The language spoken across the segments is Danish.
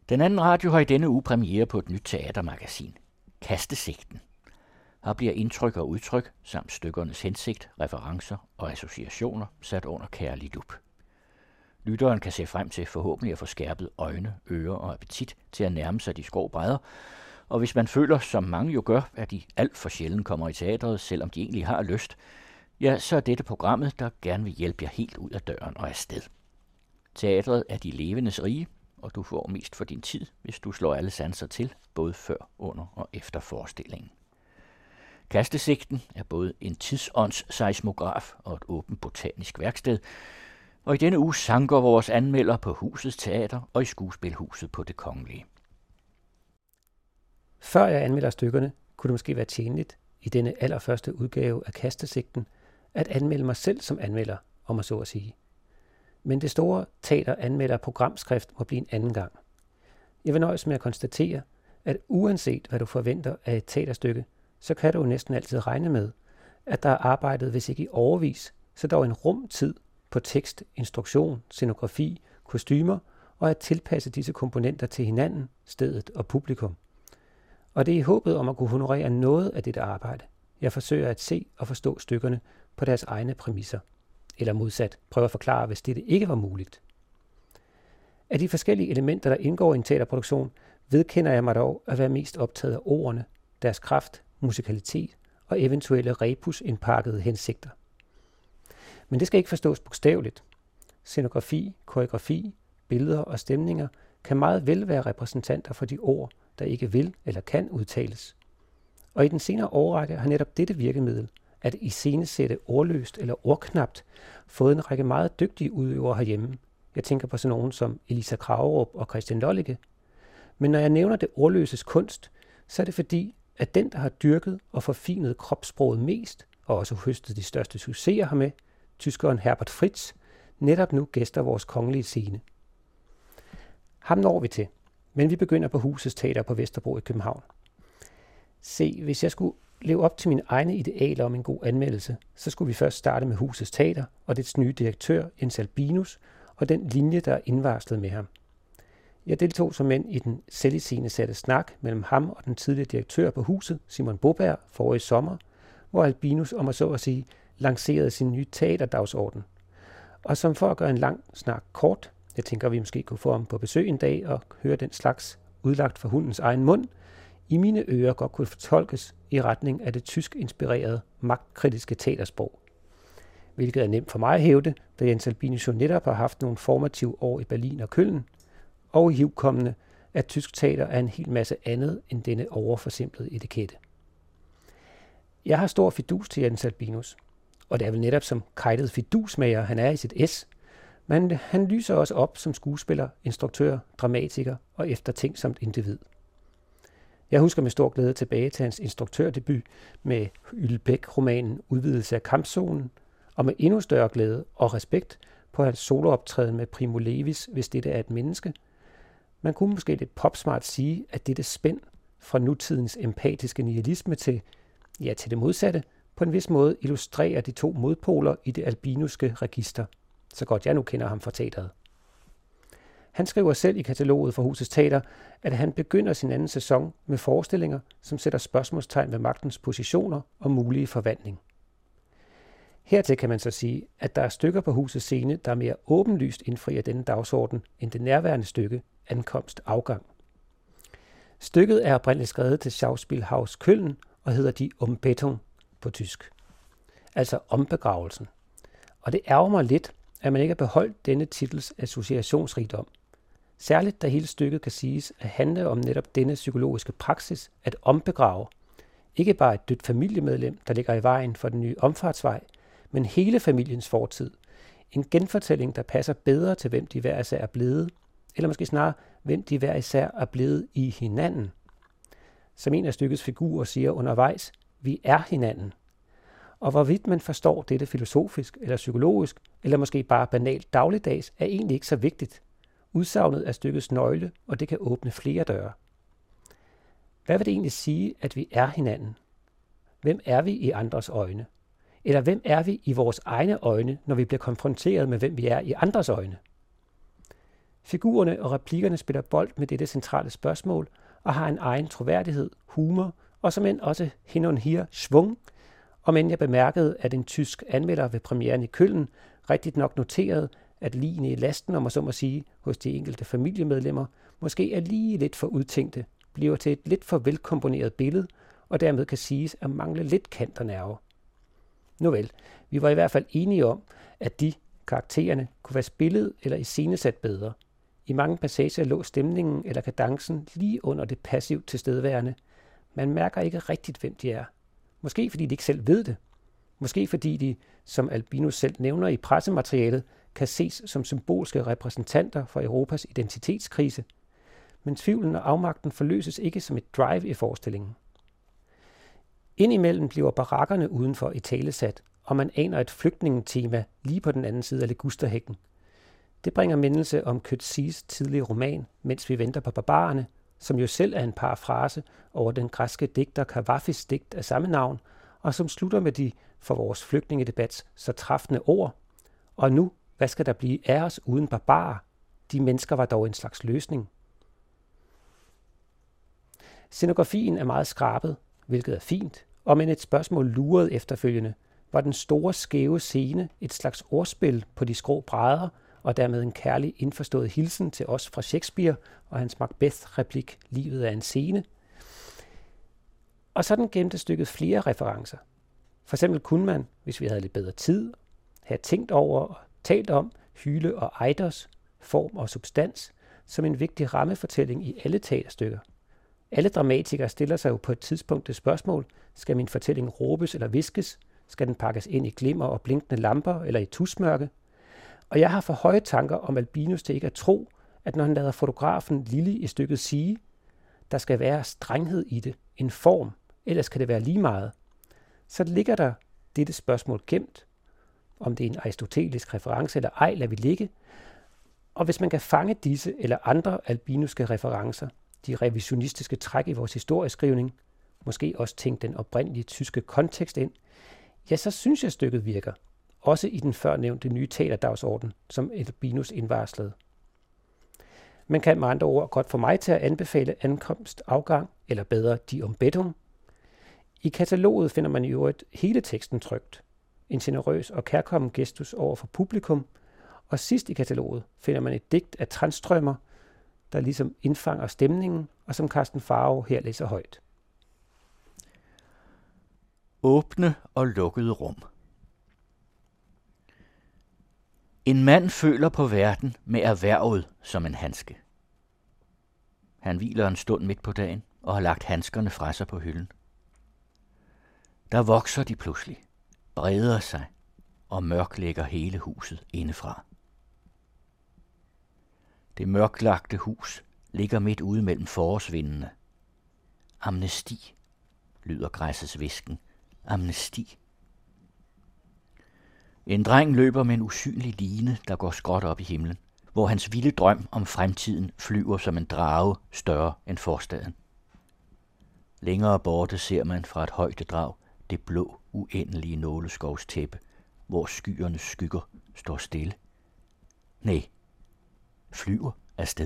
Den anden radio har i denne uge premiere på et nyt teatermagasin, Kastesigten. Her bliver indtryk og udtryk, samt stykkernes hensigt, referencer og associationer sat under kærlig lup. Lytteren kan se frem til forhåbentlig at få skærpet øjne, ører og appetit til at nærme sig de skrå brædder, og hvis man føler, som mange jo gør, at de alt for sjældent kommer i teatret, selvom de egentlig har lyst, ja, så er dette programmet, der gerne vil hjælpe jer helt ud af døren og afsted. Teatret er de levendes rige, og du får mest for din tid, hvis du slår alle sanser til, både før, under og efter forestillingen. Kastesigten er både en tidsåndsseismograf og et åbent botanisk værksted, og i denne uge sanker vores anmelder på Husets Teater og i Skuespilhuset på Det Kongelige. Før jeg anmelder stykkerne, kunne det måske være tjenligt i denne allerførste udgave af Kastesigten at anmelde mig selv som anmelder, om man så at sige. Men det store teater anmelder programskrift må blive en anden gang. Jeg vil nøjes med at konstatere, at uanset hvad du forventer af et teaterstykke, så kan du jo næsten altid regne med, at der er arbejdet, hvis ikke i årevis, så dog en rum tid på tekst, instruktion, scenografi, kostymer og at tilpasse disse komponenter til hinanden, stedet og publikum. Og det er i håbet om at kunne honorere noget af dette arbejde. Jeg forsøger at se og forstå stykkerne på deres egne præmisser. Eller modsat, prøve at forklare, hvis dette ikke var muligt. Af de forskellige elementer, der indgår i en teaterproduktion, vedkender jeg mig dog at være mest optaget af ordene, deres kraft, musikalitet og eventuelle rebusindpakkede hensigter. Men det skal ikke forstås bogstaveligt. Scenografi, koreografi, billeder og stemninger kan meget vel være repræsentanter for de ord, der ikke vil eller kan udtales. Og i den senere årrække har netop dette virkemiddel, at iscenesætte ordløst eller ordknapt, fået en række meget dygtige udøvere herhjemme. Jeg tænker på sådan nogen som Elisa Kragerup og Christian Lollike. Men når jeg nævner det ordløses kunst, så er det fordi, at den, der har dyrket og forfinet kropssproget mest, og også høstet de største succeser hermed, tyskeren Herbert Fritz, netop nu gæster vores kongelige scene. Ham når vi til, men vi begynder på Husets Teater på Vesterbro i København. Se, hvis jeg skulle leve op til mine egne idealer om en god anmeldelse, så skulle vi først starte med Husets Teater og dets nye direktør, Jens Albinus, og den linje, der er indvarslet med ham. Jeg deltog som mænd i den selviscenesatte snak mellem ham og den tidligere direktør på huset, Simon Boberg, forrige sommer, hvor Albinus, om at så at sige, lancerede sin nye teaterdagsorden. Og som for at gøre en lang snak kort, jeg tænker, vi måske kunne få ham på besøg en dag og høre den slags udlagt fra hundens egen mund, i mine ører godt kunne fortolkes i retning af det tysk-inspirerede, magtkritiske teatersprog. Hvilket er nemt for mig at hævde, da Jens Albinus jo netop har haft nogle formative år i Berlin og Køln, og i hivkommende, at tysk teater er en hel masse andet end denne overforsimplede etikette. Jeg har stor fidus til Jens Albinus, og det er vel netop som kajtet fidusmager, han er i sit S, men han lyser også op som skuespiller, instruktør, dramatiker og eftertænksomt individ. Jeg husker med stor glæde tilbage til hans instruktørdebut med Ylbæk-romanen Udvidelse af kampzonen, og med endnu større glæde og respekt på hans solooptræden med Primo Levis, hvis dette er et menneske. Man kunne måske lidt popsmart sige, at dette spænd fra nutidens empatiske nihilisme til det modsatte, på en vis måde illustrerer de to modpoler i det albinuske register, så godt jeg nu kender ham fra teateret. Han skriver selv i kataloget for Husets Teater, at han begynder sin anden sæson med forestillinger, som sætter spørgsmålstegn ved magtens positioner og mulige forvandling. Hertil kan man så sige, at der er stykker på Husets scene, der mere åbenlyst indfrier denne dagsorden end det nærværende stykke Ankomst-afgang. Stykket er oprindeligt skrevet til Schauspielhaus Köln og hedder Die Umbettung på tysk, altså ombegravelsen. Og det ærger mig lidt, at man ikke har beholdt denne titels associationsrigdom. Særligt da hele stykket kan siges at handle om netop denne psykologiske praksis at ombegrave. Ikke bare et dødt familiemedlem, der ligger i vejen for den nye omfartsvej, men hele familiens fortid. En genfortælling, der passer bedre til, hvem de hver især er blevet, eller måske snarere, hvem de hver især er blevet i hinanden. Som en af stykkets figurer siger undervejs, vi er hinanden. Og hvorvidt man forstår dette filosofisk eller psykologisk, eller måske bare banalt dagligdags, er egentlig ikke så vigtigt. Udsagnet er stykkets nøgle, og det kan åbne flere døre. Hvad vil det egentlig sige, at vi er hinanden? Hvem er vi i andres øjne? Eller hvem er vi i vores egne øjne, når vi bliver konfronteret med, hvem vi er i andres øjne? Figurerne og replikkerne spiller bold med dette centrale spørgsmål og har en egen troværdighed, humor og som end også hin und her schwung, om end jeg bemærkede, at en tysk anmelder ved premieren i Køln rigtigt nok noterede, at ligene i lasten, om man så må sige, hos de enkelte familiemedlemmer, måske er lige lidt for udtænkte, bliver til et lidt for velkomponeret billede, og dermed kan siges at mangle lidt kant og nerve. Nu vel, vi var i hvert fald enige om, at de karaktererne kunne være spillet eller iscenesat bedre. I mange passager lå stemningen eller kadencen lige under det passivt tilstedeværende. Man mærker ikke rigtigt, hvem de er. Måske fordi de ikke selv ved det. Måske fordi de, som Albinus selv nævner i pressematerialet, kan ses som symbolske repræsentanter for Europas identitetskrise. Men tvivlen og afmagten forløses ikke som et drive i forestillingen. Indimellem bliver barakkerne udenfor italesat, og man aner et flygtningetema lige på den anden side af Ligusterhækken. Det bringer mindelse om Coetzees tidlige roman, Mens vi venter på barbarerne, som jo selv er en parafrase over den græske digter Kavafis digt af samme navn, og som slutter med de for vores flygtningedebats så træffende ord. Og nu, hvad skal der blive af os uden barbarer? De mennesker var dog en slags løsning. Scenografien er meget skrabet, hvilket er fint, og men et spørgsmål lurede efterfølgende, var den store skæve scene et slags ordspil på de skrå brædder, og dermed en kærlig indforstået hilsen til os fra Shakespeare og hans Macbeth-replik, livet er en scene. Og sådan gemte stykket flere referencer. For eksempel kunne man, hvis vi havde lidt bedre tid, have tænkt over og talt om Hyle og Ejders, form og substans, som en vigtig rammefortælling i alle teaterstykker. Alle dramatikere stiller sig jo på et tidspunkt det spørgsmål, skal min fortælling råbes eller viskes? Skal den pakkes ind i glimmer og blinkende lamper eller i tusmørke? Og jeg har for høje tanker om Albinus til ikke at tro, at når han lader fotografen Lili i stykket sige, der skal være strenghed i det, en form, ellers kan det være lige meget, så ligger der dette spørgsmål gemt, om det er en aristotelisk reference eller ej, lader vi ligge. Og hvis man kan fange disse eller andre albinuske referencer, de revisionistiske træk i vores historieskrivning, måske også tænke den oprindelige tyske kontekst ind, ja, så synes jeg stykket virker, også i den førnævnte nye teaterdagsorden, som Albinus indvarslede. Man kan med andre ord godt få mig til at anbefale Ankomst, Afgang, eller bedre Die Umbettung. I kataloget finder man i øvrigt hele teksten trykt, en generøs og kærkommen gestus over for publikum, og sidst i kataloget finder man et digt af Tranströmer, der ligesom indfanger stemningen, og som Carsten Faro her læser højt. Åbne og lukkede rum. En mand føler på verden med erhvervet som en handske. Han hviler en stund midt på dagen og har lagt handskerne fra sig på hylden. Der vokser de pludselig, breder sig og mørklægger hele huset indefra. Det mørklagte hus ligger midt ude mellem forårsvindene. Amnesti, lyder græssets hvisken. Amnesti. En dreng løber med en usynlig line, der går skråt op i himlen, hvor hans vilde drøm om fremtiden flyver som en drage større end forstaden. Længere borte ser man fra et højdedrag det blå, uendelige nåleskovstæppe, hvor skyernes skygger står stille. Nej, flyver afsted.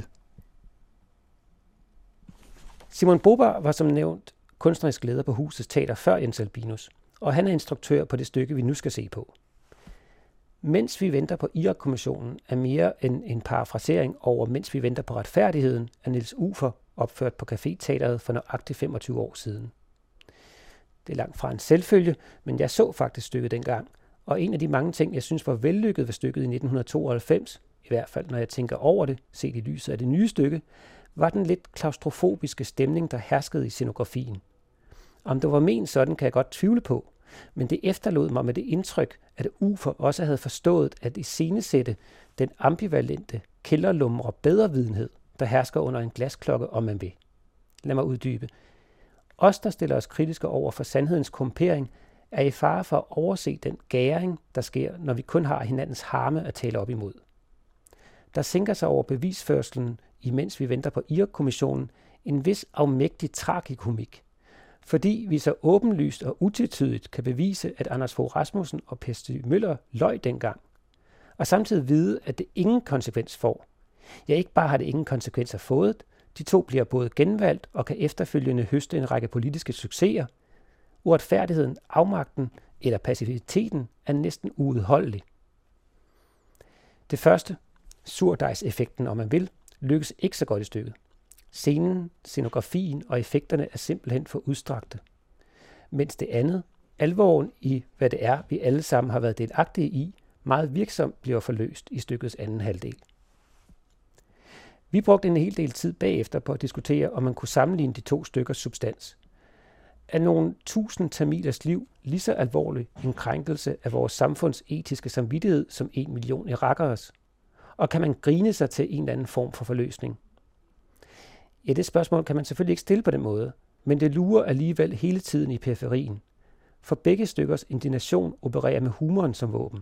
Simon Bober var som nævnt kunstnerisk leder på Husets Teater før Jens Albinus, og han er instruktør på det stykke, vi nu skal se på. Mens vi venter på Irak-kommissionen er mere end en parafrasering over Mens vi venter på retfærdigheden af Niels Ufer, opført på Café-teateret for nøjagtigt 25 år siden. Det er langt fra en selvfølge, men jeg så faktisk stykket dengang, og en af de mange ting, jeg synes var vellykket ved stykket i 1992, i hvert fald når jeg tænker over det, set i lyset af det nye stykke, var den lidt klaustrofobiske stemning, der herskede i scenografien. Om det var ment sådan, kan jeg godt tvivle på, men det efterlod mig med det indtryk, at Ufer også havde forstået at iscenesætte den ambivalente, kælderlumre bedrevidenhed, der hersker under en glasklokke, om man vil. Lad mig uddybe. Os, der stiller os kritiske over for sandhedens korrumpering, er i fare for at overse den gæring, der sker, når vi kun har hinandens harme at tale op imod. Der sænker sig over bevisførselen, imens vi venter på Irak-kommissionen, en vis afmægtig tragikomik, fordi vi så åbenlyst og utvetydigt kan bevise, at Anders Fogh Rasmussen og Per Stig Møller løj dengang, og samtidig vide, at det ingen konsekvens får. Ja, ikke bare har det ingen konsekvenser fået, de to bliver både genvalgt og kan efterfølgende høste en række politiske succeser. Uretfærdigheden, afmagten eller passiviteten er næsten uudholdelig. Det første, surdejseffekten om man vil, lykkes ikke så godt i stykket. Scenen, scenografien og effekterne er simpelthen for udstrakte. Mens det andet, alvoren i hvad det er, vi alle sammen har været delagtige i, meget virksomt bliver forløst i stykkets anden halvdel. Vi brugte en hel del tid bagefter på at diskutere, om man kunne sammenligne de to stykkers substans. Er nogle 1000 tamilers liv lige så alvorlig en krænkelse af vores samfunds etiske samvittighed som 1 million irakkeres? Og kan man grine sig til en eller anden form for forløsning? Ja, det spørgsmål kan man selvfølgelig ikke stille på den måde, men det lurer alligevel hele tiden i periferien. For begge stykkers indignation opererer med humoren som våben.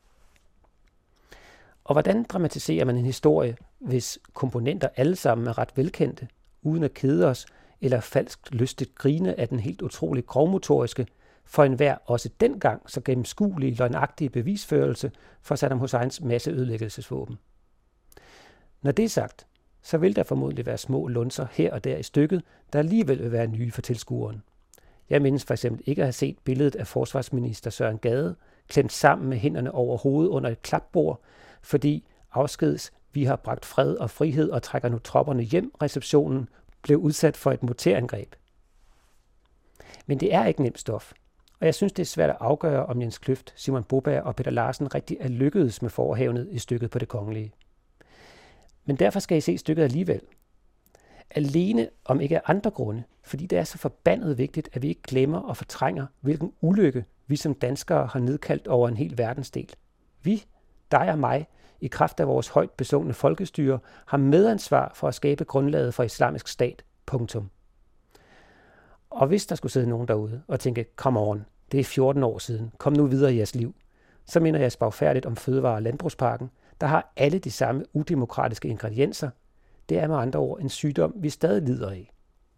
Og hvordan dramatiserer man en historie, hvis komponenter alle sammen er ret velkendte, uden at kede os, eller falskt lystigt grine af den helt utroligt grovmotoriske, for enhver også dengang så gennemskuelige løgnagtige bevisførelse for Saddam Husseins masseødelæggelsesvåben. Når det er sagt, så vil der formodentlig være små lunser her og der i stykket, der alligevel vil være nye for tilskueren. Jeg mindes for eksempel ikke at have set billedet af forsvarsminister Søren Gade, klemt sammen med hænderne over hovedet under et klapbord, fordi afskeds "vi har bragt fred og frihed og trækker nu tropperne hjem" receptionen blev udsat for et morterangreb. Men det er ikke nemt stof, og jeg synes, det er svært at afgøre, om Jens Kløft, Simon Boberg og Peter Larsen rigtig er lykkedes med forhavnet i stykket på Det Kongelige. Men derfor skal I se stykket alligevel. Alene om ikke af andre grunde, fordi det er så forbandet vigtigt, at vi ikke glemmer og fortrænger, hvilken ulykke vi som danskere har nedkaldt over en hel verdensdel. Vi, dig og mig, i kraft af vores højt besungne folkestyre, har medansvar for at skabe grundlaget for islamisk stat. Punktum. Og hvis der skulle sidde nogen derude og tænke, come on, det er 14 år siden, kom nu videre i jeres liv, så minder jeg spagfærdigt om Fødevare- og Landbrugspakken, der har alle de samme udemokratiske ingredienser. Det er med andre ord en sygdom, vi stadig lider af.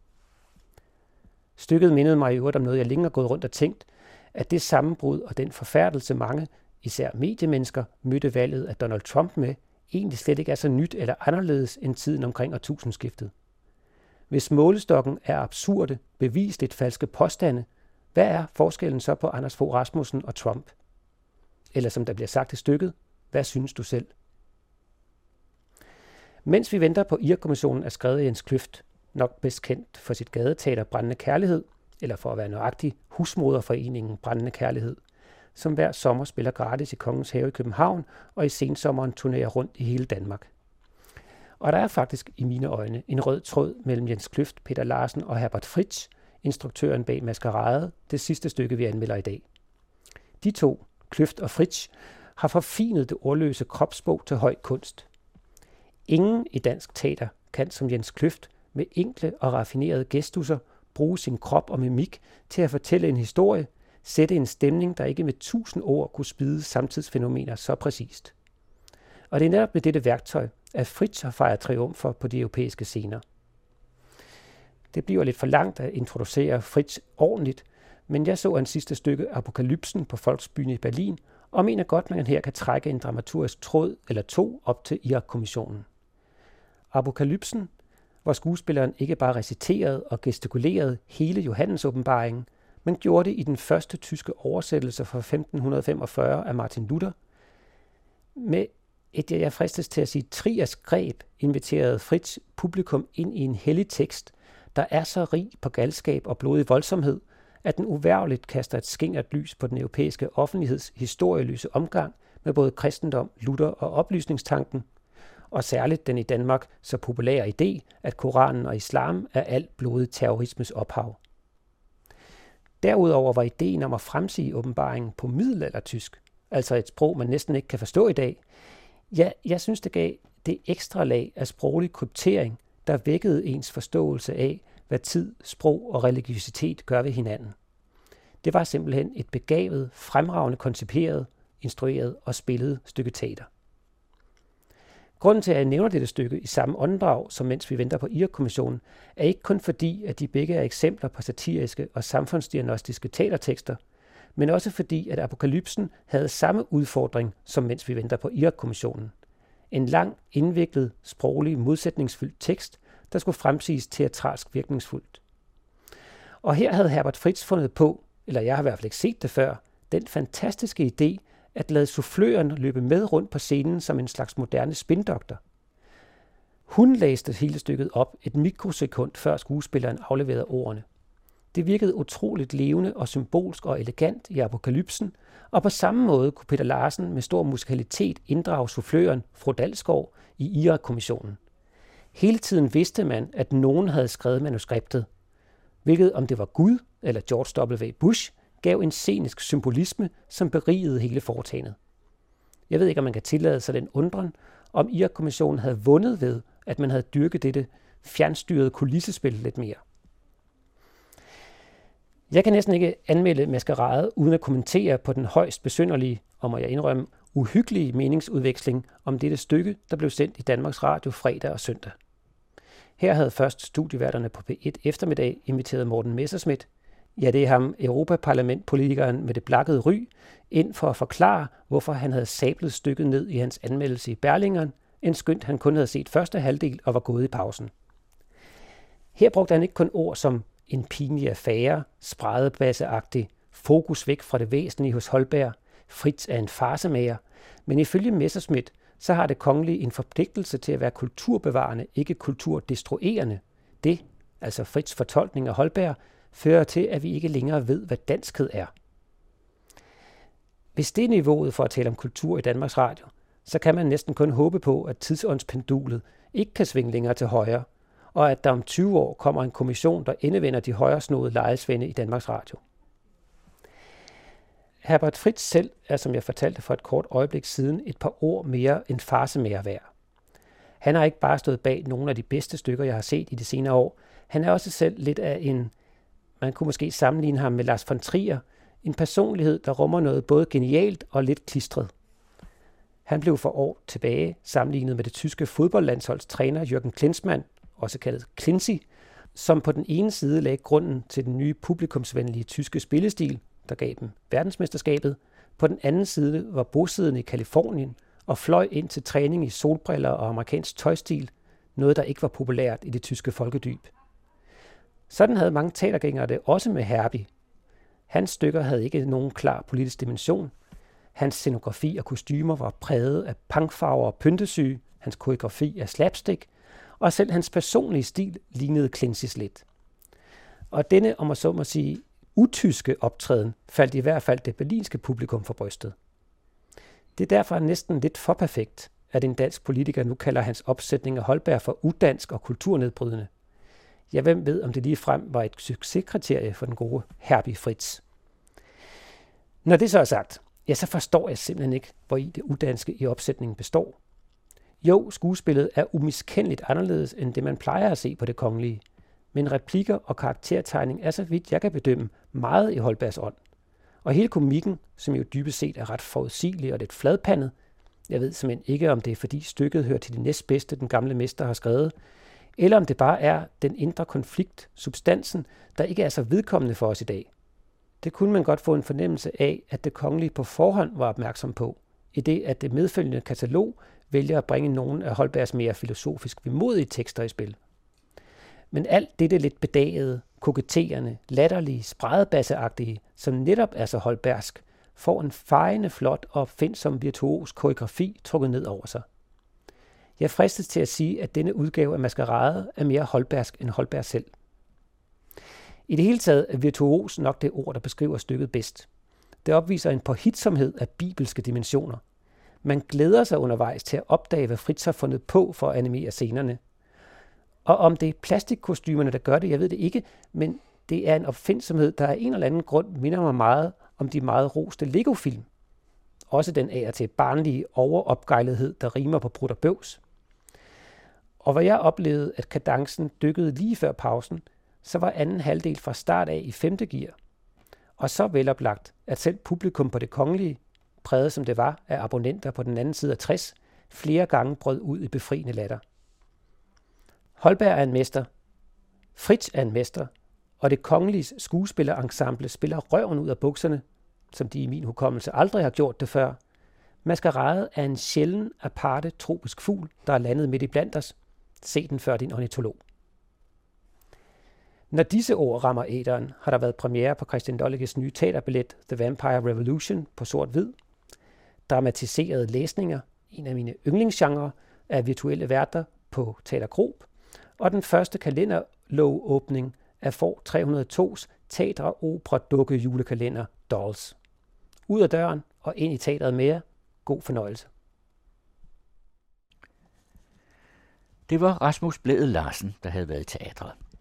Stykket mindede mig i øvrigt om noget, jeg længe har gået rundt og tænkt, at det sammenbrud og den forfærdelse mange, især mediemennesker, mødte valget af Donald Trump med, egentlig slet ikke er så nyt eller anderledes end tiden omkring årtusindskiftet. Hvis målestokken er absurde, bevisligt falske påstande, hvad er forskellen så på Anders Fogh Rasmussen og Trump? Eller som der bliver sagt i stykket, hvad synes du selv? Mens vi venter på IRK-kommissionen er skrevet af Jens Kløft, nok bedst kendt for sit gadeteater Brændende Kærlighed, eller for at være nøjagtig Husmoderforeningen Brændende Kærlighed, som hver sommer spiller gratis i Kongens Have i København og i sensommeren turnerer rundt i hele Danmark. Og der er faktisk i mine øjne en rød tråd mellem Jens Kløft, Peter Larsen og Herbert Fritsch, instruktøren bag Maskerade, det sidste stykke vi anmelder i dag. De to, Kløft og Fritsch, har forfinet det ordløse kropssprog til høj kunst. Ingen i dansk teater kan som Jens Kløft med enkle og raffinerede gestusser bruge sin krop og mimik til at fortælle en historie, sætte en stemning, der ikke med 1000 ord kunne spide samtidsfænomener så præcist. Og det er netop med dette værktøj, at Fritsch har fejret triumfer på de europæiske scener. Det bliver lidt for langt at introducere Fritsch ordentligt, men jeg så hans sidste stykke Apokalypsen på Volksbühne i Berlin, og mener godt, man her kan trække en dramaturgisk tråd eller to op til IRK-kommissionen. Apokalypsen, hvor skuespilleren ikke bare reciterede og gestikulerede hele Johannes-åbenbaringen, men gjorde det i den første tyske oversættelse fra 1545 af Martin Luther. Med et, jeg fristes til at sige, triers greb, inviterede Fritsch publikum ind i en hellig tekst, der er så rig på galskab og blodig voldsomhed, at den uværligt kaster et skingert lys på den europæiske offentligheds historieløse omgang med både kristendom, Luther og oplysningstanken, og særligt den i Danmark så populære idé, at Koranen og islam er alt blodig terrorismes ophav. Derudover var ideen om at fremsige åbenbaringen på middelaldertysk, altså et sprog, man næsten ikke kan forstå i dag, ja, jeg synes, det gav det ekstra lag af sproglig kryptering, der vækkede ens forståelse af, hvad tid, sprog og religiøsitet gør ved hinanden. Det var simpelthen et begavet, fremragende konciperet, instrueret og spillet stykke teater. Grunden til, at jeg nævner dette stykke i samme åndedrag, som mens vi venter på IRK-kommissionen, er ikke kun fordi, at de begge er eksempler på satiriske og samfundsdiagnostiske teatertekster, men også fordi, at Apokalypsen havde samme udfordring, som mens vi venter på IRK-kommissionen. En lang, indviklet, sproglig, modsætningsfyldt tekst, der skulle fremsiges teatralsk virkningsfuldt. Og her havde Herbert Fritz fundet på, eller jeg har i hvert fald ikke set det før, den fantastiske idé at lade souffløren løbe med rundt på scenen som en slags moderne spindoktor. Hun læste hele stykket op et mikrosekund før skuespilleren afleverede ordene. Det virkede utroligt levende og symbolsk og elegant i apokalypsen, og på samme måde kunne Peter Larsen med stor musikalitet inddrage souffløren fru Dalsgaard i Irak-kommissionen. Hele tiden vidste man, at nogen havde skrevet manuskriptet, hvilket om det var Gud eller George W. Bush, gav en scenisk symbolisme, som berigede hele foretagendet. Jeg ved ikke, om man kan tillade sig den undren, om Irak-kommissionen havde vundet ved, at man havde dyrket dette fjernstyrede kulissespil lidt mere. Jeg kan næsten ikke anmelde Maskerade uden at kommentere på den højst besynderlige, og må jeg indrømme, uhyggelige meningsudveksling om dette stykke, der blev sendt i Danmarks Radio fredag og søndag. Her havde først studieværterne på P1 eftermiddag inviteret Morten Messerschmidt, ja det er ham, Europaparlamentpolitikeren med det blakkede ry, ind for at forklare, hvorfor han havde sablet stykket ned i hans anmeldelse i Berlingeren, en skønt han kun havde set første halvdel og var gået i pausen. Her brugte han ikke kun ord som en pinlig affære, spredebasseagtig, fokus væk fra det væsentlige hos Holberg, Fritz er en farsemager, men ifølge Messerschmidt, så har det kongelige en forpligtelse til at være kulturbevarende, ikke kulturdestruerende. Det, altså Fritz' fortolkning af Holberg, fører til, at vi ikke længere ved, hvad danskhed er. Hvis det er niveauet for at tale om kultur i Danmarks Radio, så kan man næsten kun håbe på, at tidsåndspendulet ikke kan svinge længere til højre, og at der om 20 år kommer en kommission, der endevender de højresnodede lejesvende i Danmarks Radio. Herbert Fritz selv er, som jeg fortalte for et kort øjeblik siden, et par ord mere end farsemager værd. Han har ikke bare stået bag nogle af de bedste stykker, jeg har set i de senere år. Han er også selv lidt af en, man kunne måske sammenligne ham med Lars von Trier, en personlighed, der rummer noget både genialt og lidt klistret. Han blev for år tilbage sammenlignet med det tyske fodboldlandsholds træner Jürgen Klinsmann, også kaldet Klinzi, som på den ene side lagde grunden til den nye publikumsvenlige tyske spillestil, der gav dem verdensmesterskabet. På den anden side var bosiddende i Kalifornien og fløj ind til træning i solbriller og amerikansk tøjstil, noget der ikke var populært i det tyske folkedyb. Sådan havde mange teatergængere det også med Herbie. Hans stykker havde ikke nogen klar politisk dimension. Hans scenografi og kostymer var præget af punkfarver og pyntesyge, hans koreografi af slapstick, og selv hans personlige stil lignede Klinzis lidt. Og denne, om man så må sige, utyske optræden faldt i hvert fald det berlinske publikum for brystet. Det er derfor næsten lidt for perfekt, at en dansk politiker nu kalder hans opsætning af Holberg for udansk og kulturnedbrydende. Ja, hvem ved, om det ligefrem var et succeskriterie for den gode Herbie Fritz. Når det så er sagt, ja, så forstår jeg simpelthen ikke, hvor i det udanske i opsætningen består. Jo, skuespillet er umiskendeligt anderledes end det, man plejer at se på Det Kongelige. Men replikker og karaktertegning er, så vidt jeg kan bedømme, meget i Holbergs ånd. Og hele komikken, som jo dybest set er ret forudsigelig og lidt fladpandet, jeg ved simpelthen ikke, om det er fordi stykket hører til det næstbedste, den gamle mester har skrevet, eller om det bare er den indre konflikt, substansen, der ikke er så vedkommende for os i dag. Det kunne man godt få en fornemmelse af, at Det Kongelige på forhånd var opmærksom på, i det at det medfølgende katalog vælger at bringe nogle af Holbergs mere filosofisk vemodige tekster i spil. Men alt dette lidt bedagede, koketterende, latterlige, spredebasseagtige, som netop er så holbergsk, får en fejende flot og opfindsom virtuos koreografi trukket ned over sig. Jeg fristes til at sige, at denne udgave af Maskerade er mere holbergsk end Holberg selv. I det hele taget er virtuos nok det ord, der beskriver stykket bedst. Det opviser en påhitsomhed af bibelske dimensioner. Man glæder sig undervejs til at opdage, hvad Fritz har fundet på for at animere scenerne. Og om det er plastikkostymerne, der gør det, jeg ved det ikke, men det er en opfindsomhed, der af en eller anden grund minder mig meget om de meget roste Lego-film. Også den af og til barnlige overopgejlethed, der rimer på brudt og bøvs. Og hvor jeg oplevede, at kadencen dykkede lige før pausen, så var anden halvdel fra start af i 5. gear. Og så veloplagt, at selv publikum på Det Kongelige, præget som det var af abonnenter på den anden side af 60, flere gange brød ud i befriende latter. Holberg er en mester, Fritz er en mester, og Det Kongeliges skuespillerensemble spiller røven ud af bukserne, som de i min hukommelse aldrig har gjort det før. Maskerade er en sjælden, aparte, tropisk fugl, der er landet midt i blandt os. Se den før din ornitolog. Når disse ord rammer æteren, har der været premiere på Christian Lollekes nye teaterballet The Vampire Revolution på sort-hvid. Dramatiserede læsninger, en af mine yndlingsgenrer, af virtuelle værter på Teater Grob, og den første kalenderlågeåbning af Får 302's teater opera dukke julekalender Dolls. Ud af døren og ind i teateret med jer. God fornøjelse. Det var Rasmus Blædel Larsen, der havde været i teatret.